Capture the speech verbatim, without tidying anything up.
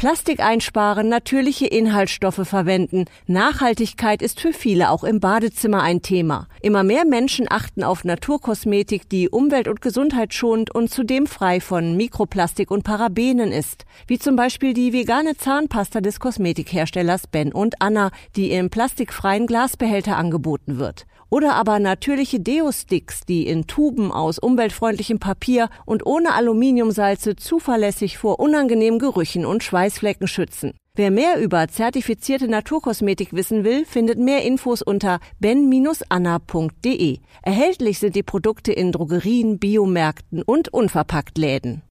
Plastik einsparen, natürliche Inhaltsstoffe verwenden. Nachhaltigkeit ist für viele auch im Badezimmer ein Thema. Immer mehr Menschen achten auf Naturkosmetik, die umwelt- und gesundheitsschonend und zudem frei von Mikroplastik und Parabenen ist. Wie zum Beispiel die vegane Zahnpasta des Kosmetikherstellers Ben und Anna, die im plastikfreien Glasbehälter angeboten wird. Oder aber natürliche Deo-Sticks, die in Tuben aus umweltfreundlichem Papier und ohne Aluminiumsalze zuverlässig vor unangenehmen Gerüchen und Schweißflecken schützen. Wer mehr über zertifizierte Naturkosmetik wissen will, findet mehr Infos unter ben Bindestrich anna punkt de. Erhältlich sind die Produkte in Drogerien, Biomärkten und Unverpacktläden.